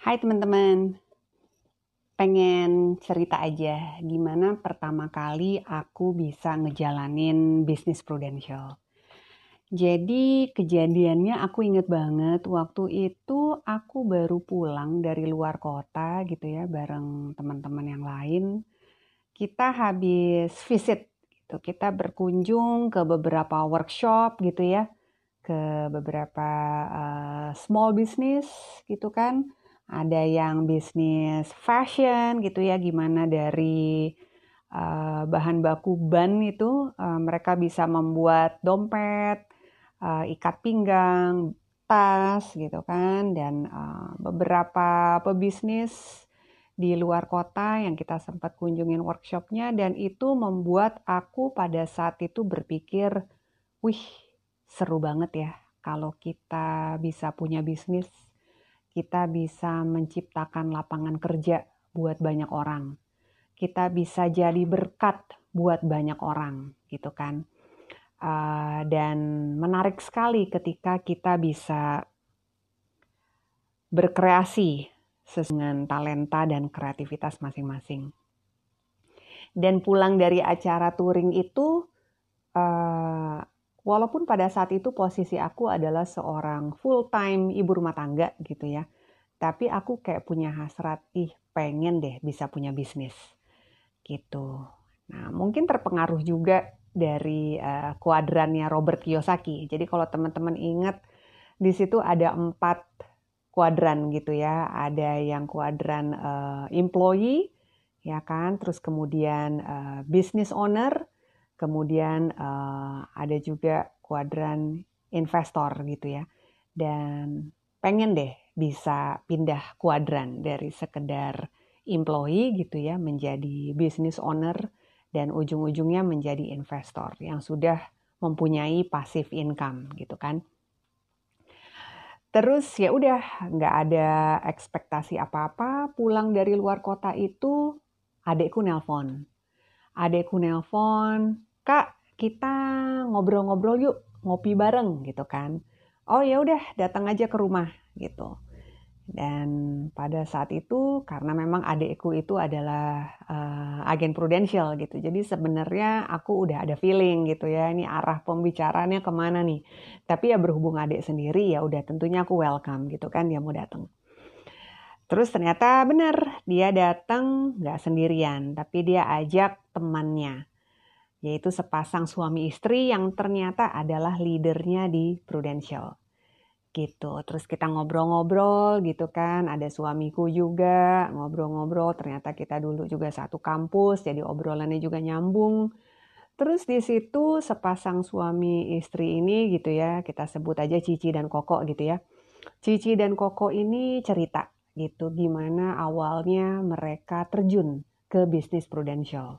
Hai teman-teman, pengen cerita aja gimana pertama kali aku bisa ngejalanin bisnis Prudential. Jadi kejadiannya aku inget banget waktu itu aku baru pulang dari luar kota gitu ya bareng teman-teman yang lain. Kita habis visit gitu, kita berkunjung ke beberapa workshop gitu ya, ke beberapa small business gitu kan. Ada yang bisnis fashion gitu ya, gimana dari bahan baku ban itu mereka bisa membuat dompet, ikat pinggang, tas gitu kan, dan beberapa pebisnis di luar kota yang kita sempat kunjungin workshopnya, dan itu membuat aku pada saat itu berpikir, wih, seru banget ya kalau kita bisa punya bisnis, kita bisa menciptakan lapangan kerja buat banyak orang. Kita bisa jadi berkat buat banyak orang gitu kan. Dan menarik sekali ketika kita bisa berkreasi sesuai dengan talenta dan kreativitas masing-masing. Dan pulang dari acara touring itu, walaupun pada saat itu posisi aku adalah seorang full-time ibu rumah tangga gitu ya, tapi aku kayak punya hasrat, pengen deh bisa punya bisnis gitu. Nah, mungkin terpengaruh juga dari kuadrannya Robert Kiyosaki. Jadi kalau teman-teman ingat, di situ ada 4 kuadran gitu ya. Ada yang kuadran employee, ya kan, terus kemudian business owner, kemudian ada juga kuadran investor gitu ya. Dan pengen deh bisa pindah kuadran dari sekedar employee gitu ya menjadi business owner dan ujung-ujungnya menjadi investor yang sudah mempunyai passive income gitu kan. Terus ya udah, nggak ada ekspektasi apa-apa, pulang dari luar kota itu adekku nelpon. Kak, kita ngobrol-ngobrol yuk, ngopi bareng gitu kan. Oh ya udah, datang aja ke rumah gitu. Dan pada saat itu karena memang adekku itu adalah agen Prudential gitu. Jadi sebenarnya aku udah ada feeling gitu ya, ini arah pembicaraannya kemana nih. Tapi ya berhubung adek sendiri, ya udah tentunya aku welcome gitu kan, dia mau datang. Terus ternyata benar, dia datang nggak sendirian, tapi dia ajak temannya, yaitu sepasang suami istri yang ternyata adalah leadernya di Prudential. Gitu. Terus kita ngobrol-ngobrol gitu kan, ada suamiku juga, ngobrol-ngobrol, ternyata kita dulu juga satu kampus, jadi obrolannya juga nyambung. Terus di situ sepasang suami istri ini gitu ya, kita sebut aja Cici dan Koko gitu ya. Cici dan Koko ini cerita gitu, gimana awalnya mereka terjun ke bisnis Prudential.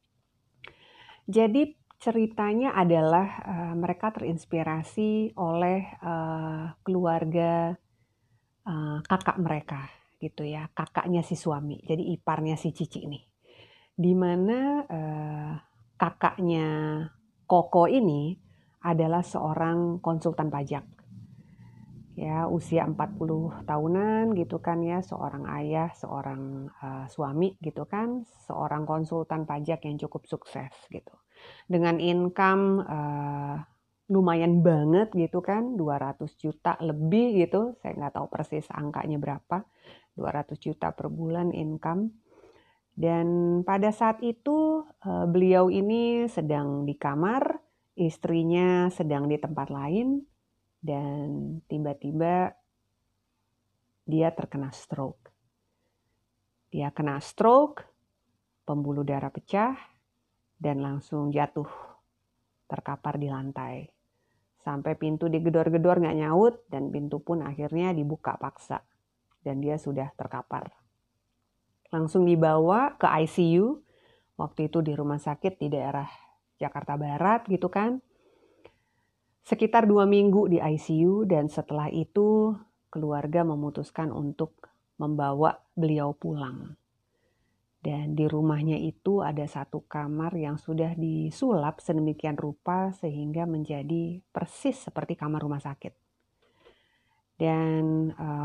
Jadi ceritanya adalah mereka terinspirasi oleh keluarga kakak mereka gitu ya, kakaknya si suami, jadi iparnya si Cici nih. Di mana kakaknya Koko ini adalah seorang konsultan pajak. Ya, usia 40 tahunan gitu kan ya, seorang ayah, seorang suami gitu kan, seorang konsultan pajak yang cukup sukses gitu. Dengan income lumayan banget gitu kan, 200 juta lebih gitu, saya nggak tahu persis angkanya berapa, 200 juta per bulan income. Dan pada saat itu beliau ini sedang di kamar, istrinya sedang di tempat lain, dan tiba-tiba dia terkena stroke. Dia kena stroke, pembuluh darah pecah, dan langsung jatuh, terkapar di lantai. Sampai pintu digedor-gedor nggak nyaut, dan pintu pun akhirnya dibuka paksa. Dan dia sudah terkapar. Langsung dibawa ke ICU, waktu itu di rumah sakit di daerah Jakarta Barat gitu kan. Sekitar 2 minggu di ICU, dan setelah itu keluarga memutuskan untuk membawa beliau pulang. Dan di rumahnya itu ada satu kamar yang sudah disulap sedemikian rupa sehingga menjadi persis seperti kamar rumah sakit. Dan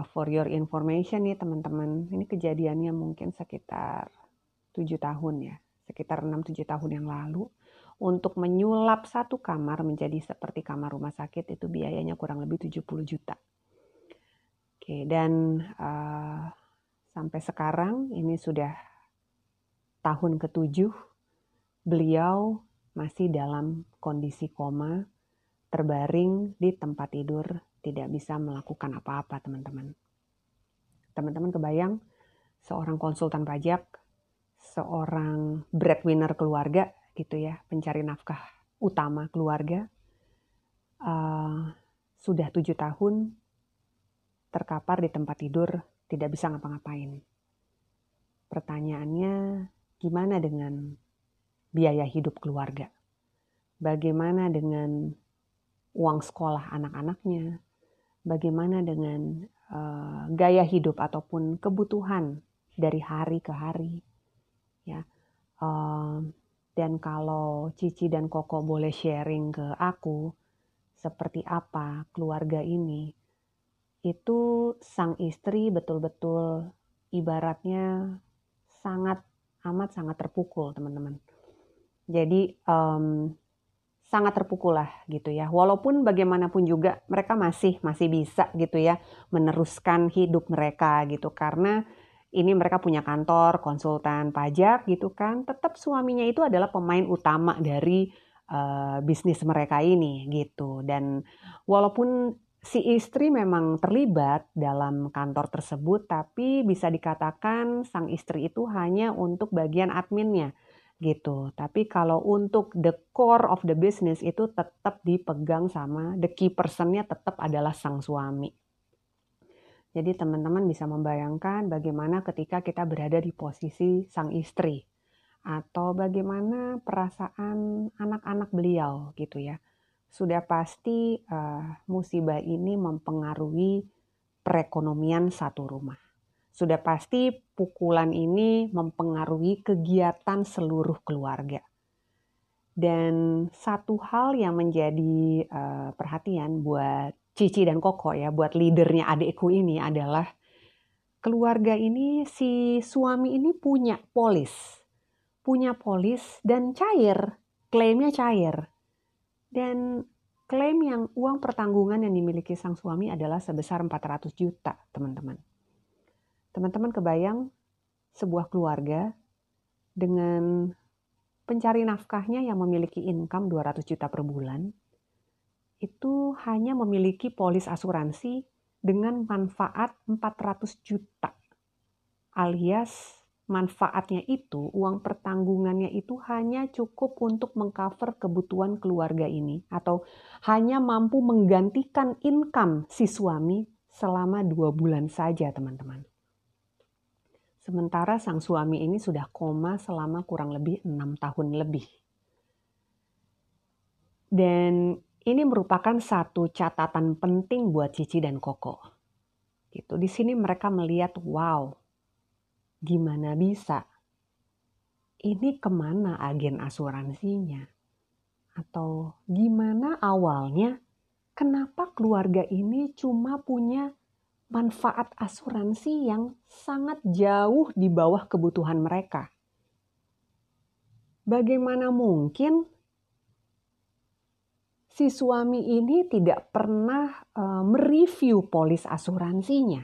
For your information nih teman-teman, ini kejadiannya mungkin sekitar 7 tahun ya, sekitar 6-7 tahun yang lalu. Untuk menyulap satu kamar menjadi seperti kamar rumah sakit itu biayanya kurang lebih 70 juta. Oke, dan sampai sekarang ini sudah tahun ke-7, beliau masih dalam kondisi koma, terbaring di tempat tidur, tidak bisa melakukan apa-apa, teman-teman. Teman-teman kebayang, seorang konsultan pajak, seorang breadwinner keluarga, gitu ya, pencari nafkah utama keluarga, sudah 7 tahun terkapar di tempat tidur, tidak bisa ngapa-ngapain. Pertanyaannya, gimana dengan biaya hidup keluarga? Bagaimana dengan uang sekolah anak-anaknya? Bagaimana dengan gaya hidup ataupun kebutuhan dari hari ke hari? Ya, dan kalau Cici dan Koko boleh sharing ke aku, seperti apa keluarga ini, itu sang istri betul-betul ibaratnya amat sangat terpukul, teman-teman. Jadi sangat terpukul lah gitu ya. Walaupun bagaimanapun juga mereka masih bisa gitu ya meneruskan hidup mereka gitu, karena ini mereka punya kantor konsultan pajak gitu kan. Tetap suaminya itu adalah pemain utama dari bisnis mereka ini gitu. Dan walaupun si istri memang terlibat dalam kantor tersebut, tapi bisa dikatakan sang istri itu hanya untuk bagian adminnya gitu. Tapi kalau untuk the core of the business itu tetap dipegang sama the key personnya, tetap adalah sang suami. Jadi teman-teman bisa membayangkan bagaimana ketika kita berada di posisi sang istri, atau bagaimana perasaan anak-anak beliau gitu ya. Sudah pasti musibah ini mempengaruhi perekonomian satu rumah. Sudah pasti pukulan ini mempengaruhi kegiatan seluruh keluarga. Dan satu hal yang menjadi perhatian buat Cici dan Koko ya, buat leadernya adikku ini adalah keluarga ini, si suami ini punya polis dan cair, klaimnya cair. Dan klaim yang uang pertanggungan yang dimiliki sang suami adalah sebesar 400 juta, teman-teman. Teman-teman kebayang sebuah keluarga dengan pencari nafkahnya yang memiliki income 200 juta per bulan, itu hanya memiliki polis asuransi dengan manfaat 400 juta. Alias manfaatnya itu, uang pertanggungannya itu hanya cukup untuk mengcover kebutuhan keluarga ini, atau hanya mampu menggantikan income si suami selama 2 bulan saja, teman-teman. Sementara sang suami ini sudah koma selama kurang lebih 6 tahun lebih. Dan ini merupakan satu catatan penting buat Cici dan Koko. Gitu. Di sini mereka melihat, wow, gimana bisa? Ini kemana agen asuransinya? Atau gimana awalnya? Kenapa keluarga ini cuma punya manfaat asuransi yang sangat jauh di bawah kebutuhan mereka? Bagaimana mungkin si suami ini tidak pernah mereview polis asuransinya?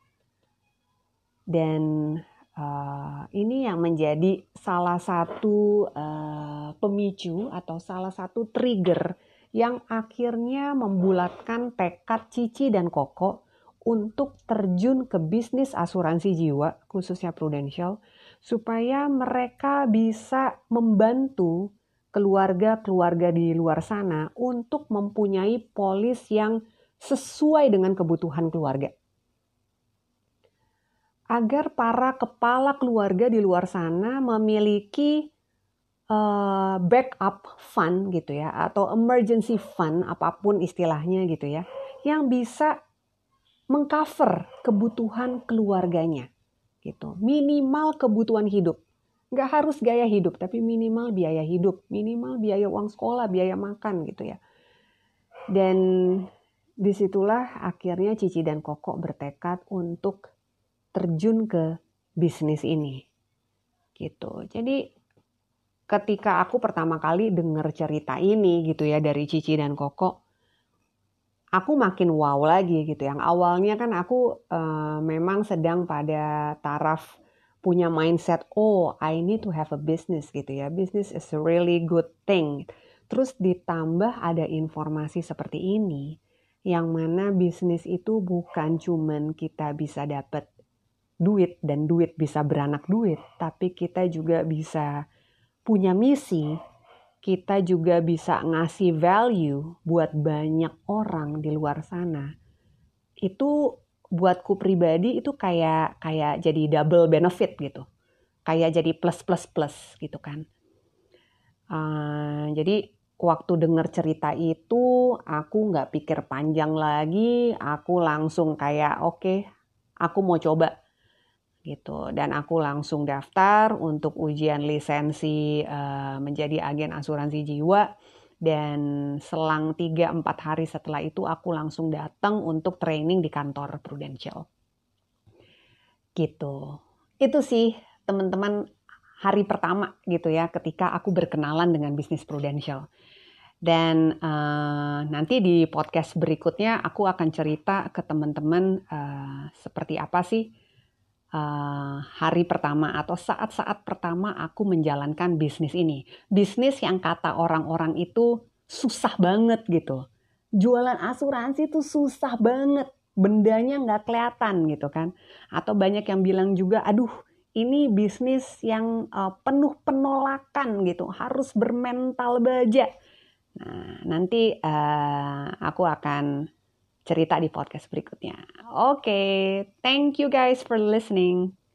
Dan ini yang menjadi salah satu pemicu atau salah satu trigger yang akhirnya membulatkan tekad Cici dan Koko untuk terjun ke bisnis asuransi jiwa, khususnya Prudential, supaya mereka bisa membantu keluarga-keluarga di luar sana untuk mempunyai polis yang sesuai dengan kebutuhan keluarga. Agar para kepala keluarga di luar sana memiliki backup fund gitu ya, atau emergency fund, apapun istilahnya gitu ya, yang bisa mengcover kebutuhan keluarganya gitu. Minimal kebutuhan hidup. Nggak harus gaya hidup, tapi minimal biaya hidup, minimal biaya uang sekolah, biaya makan gitu ya. Dan disitulah akhirnya Cici dan Koko bertekad untuk terjun ke bisnis ini. Gitu. Jadi ketika aku pertama kali dengar cerita ini gitu ya dari Cici dan Koko, aku makin wow lagi gitu. Yang awalnya kan aku memang sedang pada taraf punya mindset, oh I need to have a business gitu ya. Business is a really good thing. Terus ditambah ada informasi seperti ini, yang mana bisnis itu bukan cuman kita bisa dapat duit dan duit bisa beranak duit, tapi kita juga bisa punya misi, kita juga bisa ngasih value buat banyak orang di luar sana. Itu buatku pribadi itu kayak jadi double benefit gitu. Kayak jadi plus gitu kan. Jadi waktu dengar cerita itu aku nggak pikir panjang lagi, aku langsung kayak oke, aku mau coba gitu. Dan aku langsung daftar untuk ujian lisensi menjadi agen asuransi jiwa. Dan selang 3-4 hari setelah itu aku langsung datang untuk training di kantor Prudential. Gitu. Itu sih teman-teman hari pertama gitu ya ketika aku berkenalan dengan bisnis Prudential. Dan nanti di podcast berikutnya aku akan cerita ke teman-teman seperti apa sih hari pertama atau saat-saat pertama aku menjalankan bisnis ini. Bisnis yang kata orang-orang itu susah banget gitu. Jualan asuransi itu susah banget. Bendanya nggak kelihatan gitu kan. Atau banyak yang bilang juga, aduh ini bisnis yang penuh penolakan gitu. Harus bermental baja. Nah, nanti aku akan cerita di podcast berikutnya. Oke, thank you guys for listening.